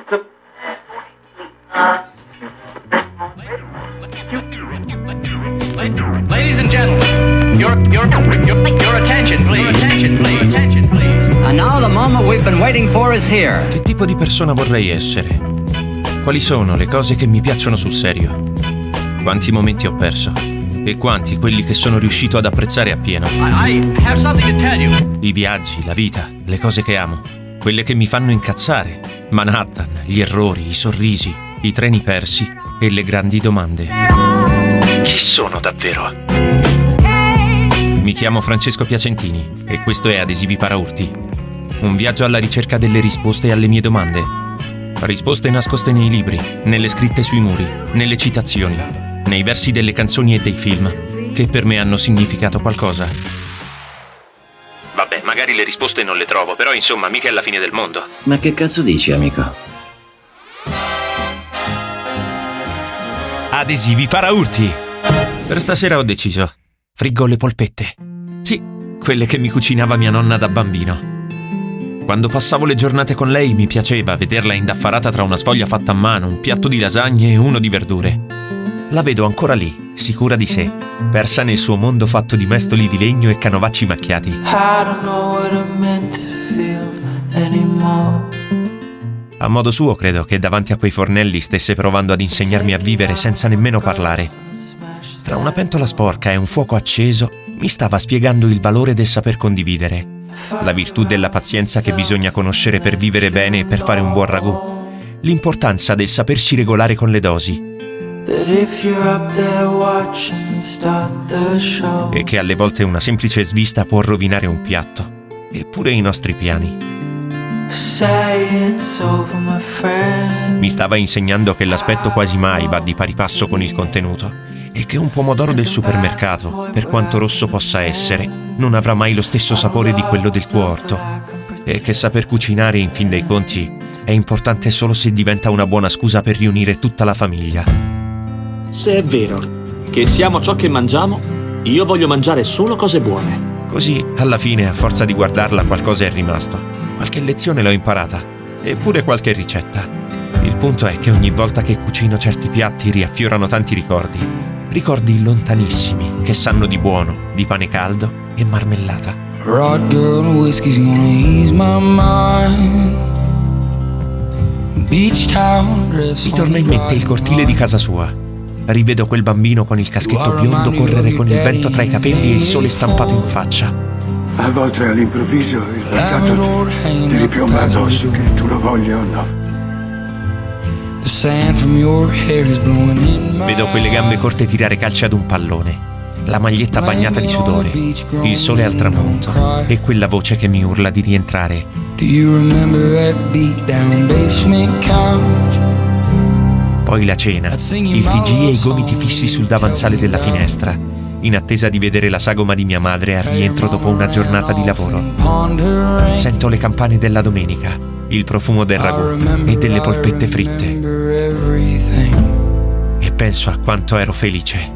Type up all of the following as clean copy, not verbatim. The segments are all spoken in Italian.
Ladies and gentlemen, your attention, please. Attention, please. And now the moment we've been waiting for is here. Che tipo di persona vorrei essere? Quali sono le cose che mi piacciono sul serio? Quanti momenti ho perso? E quanti quelli che sono riuscito ad apprezzare appieno? I have something to tell you. I viaggi, la vita, le cose che amo, quelle che mi fanno incazzare, Manhattan, gli errori, i sorrisi, i treni persi e le grandi domande. Chi sono davvero? Mi chiamo Francesco Piacentini e questo è Adesivi Paraurti. Un viaggio alla ricerca delle risposte alle mie domande. Risposte nascoste nei libri, nelle scritte sui muri, nelle citazioni, nei versi delle canzoni e dei film, che per me hanno significato qualcosa. Vabbè, magari le risposte non le trovo, però insomma mica è la fine del mondo. Ma che cazzo dici, amico? Adesivi Paraurti! Per stasera ho deciso. Friggo le polpette. Sì, quelle che mi cucinava mia nonna da bambino. Quando passavo le giornate con lei mi piaceva vederla indaffarata tra una sfoglia fatta a mano, un piatto di lasagne e uno di verdure. La vedo ancora lì, sicura di sé, persa nel suo mondo fatto di mestoli di legno e canovacci macchiati. A modo suo credo che davanti a quei fornelli stesse provando ad insegnarmi a vivere senza nemmeno parlare. Tra una pentola sporca e un fuoco acceso mi stava spiegando il valore del saper condividere, la virtù della pazienza che bisogna conoscere per vivere bene e per fare un buon ragù, l'importanza del sapersi regolare con le dosi e che alle volte una semplice svista può rovinare un piatto, eppure i nostri piani. Mi stava insegnando che l'aspetto quasi mai va di pari passo con il contenuto e che un pomodoro del supermercato, per quanto rosso possa essere, non avrà mai lo stesso sapore di quello del tuo orto e che saper cucinare, in fin dei conti, è importante solo se diventa una buona scusa per riunire tutta la famiglia. Se è vero che siamo ciò che mangiamo, io voglio mangiare solo cose buone. Così, alla fine, a forza di guardarla, qualcosa è rimasto. Qualche lezione l'ho imparata, eppure qualche ricetta. Il punto è che ogni volta che cucino certi piatti riaffiorano tanti ricordi. Ricordi lontanissimi, che sanno di buono, di pane caldo e marmellata. Mi torna in mente il cortile di casa sua. Rivedo quel bambino con il caschetto biondo correre con il vento tra i capelli e il sole stampato in faccia. A volte all'improvviso il passato ti ripiomba addosso, che tu lo voglia o no. Vedo quelle gambe corte tirare calci ad un pallone, la maglietta bagnata di sudore, il sole al tramonto e quella voce che mi urla di rientrare. Poi la cena, il TG e i gomiti fissi sul davanzale della finestra, in attesa di vedere la sagoma di mia madre al rientro dopo una giornata di lavoro. Sento le campane della domenica, il profumo del ragù e delle polpette fritte. E penso a quanto ero felice.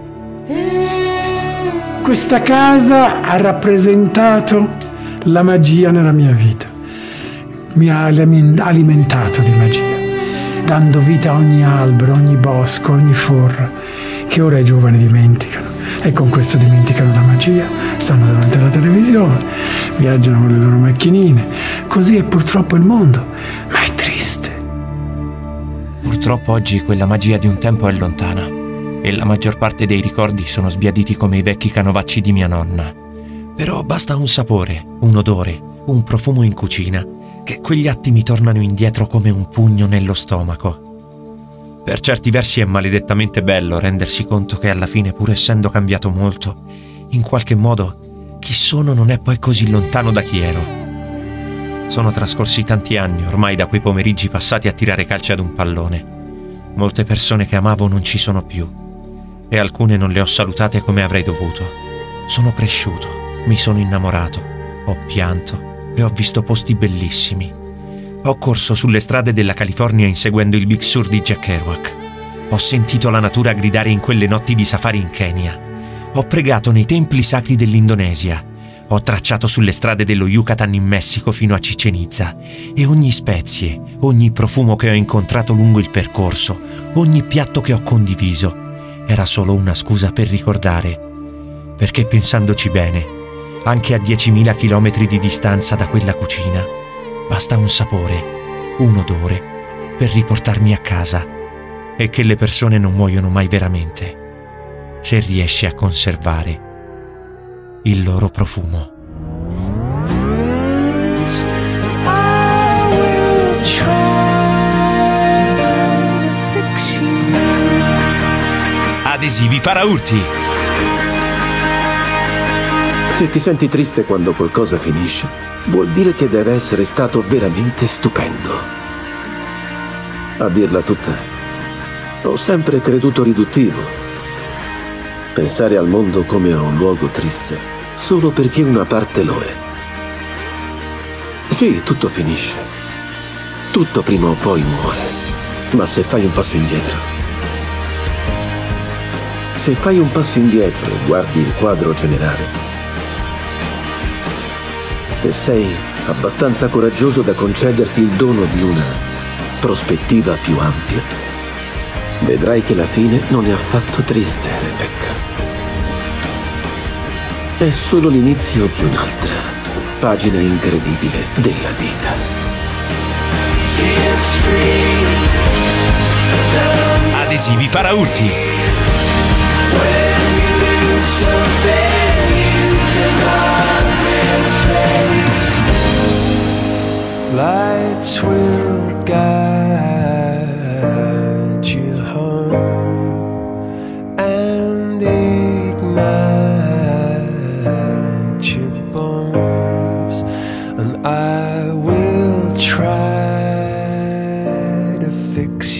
Questa casa ha rappresentato la magia nella mia vita. Mi ha alimentato di magia, dando vita a ogni albero, ogni bosco, ogni forra, che ora i giovani dimenticano. E con questo dimenticano la magia, stanno davanti alla televisione, viaggiano con le loro macchinine. Così è purtroppo il mondo, ma è triste. Purtroppo oggi quella magia di un tempo è lontana e la maggior parte dei ricordi sono sbiaditi come i vecchi canovacci di mia nonna. Però basta un sapore, un odore, un profumo in cucina, che quegli attimi tornano indietro come un pugno nello stomaco. Per certi versi è maledettamente bello rendersi conto che alla fine, pur essendo cambiato molto, in qualche modo chi sono non è poi così lontano da chi ero. Sono trascorsi tanti anni ormai da quei pomeriggi passati a tirare calci ad un pallone. Molte persone che amavo non ci sono più e alcune non le ho salutate come avrei dovuto. Sono cresciuto, mi sono innamorato, ho pianto e ho visto posti bellissimi. Ho corso sulle strade della California inseguendo il Big Sur di Jack Kerouac. Ho sentito la natura gridare in quelle notti di safari in Kenya. Ho pregato nei templi sacri dell'Indonesia. Ho tracciato sulle strade dello Yucatan in Messico fino a Chichén Itzá e ogni spezie, ogni profumo che ho incontrato lungo il percorso, ogni piatto che ho condiviso, era solo una scusa per ricordare. Perché pensandoci bene, anche a 10.000 chilometri di distanza da quella cucina, basta un sapore, un odore, per riportarmi a casa. E che le persone non muoiono mai veramente, se riesci a conservare il loro profumo. Adesivi paraurti. Se ti senti triste quando qualcosa finisce, vuol dire che deve essere stato veramente stupendo. A dirla tutta, ho sempre creduto riduttivo. Pensare al mondo come a un luogo triste solo perché una parte lo è. Sì, tutto finisce. Tutto prima o poi muore. Ma se fai un passo indietro, se fai un passo indietro e guardi il quadro generale, se sei abbastanza coraggioso da concederti il dono di una prospettiva più ampia, vedrai che la fine non è affatto triste, Rebecca. È solo l'inizio di un'altra pagina incredibile della vita. Adesivi paraurti. Lights will guide you home and ignite your bones, and I will try to fix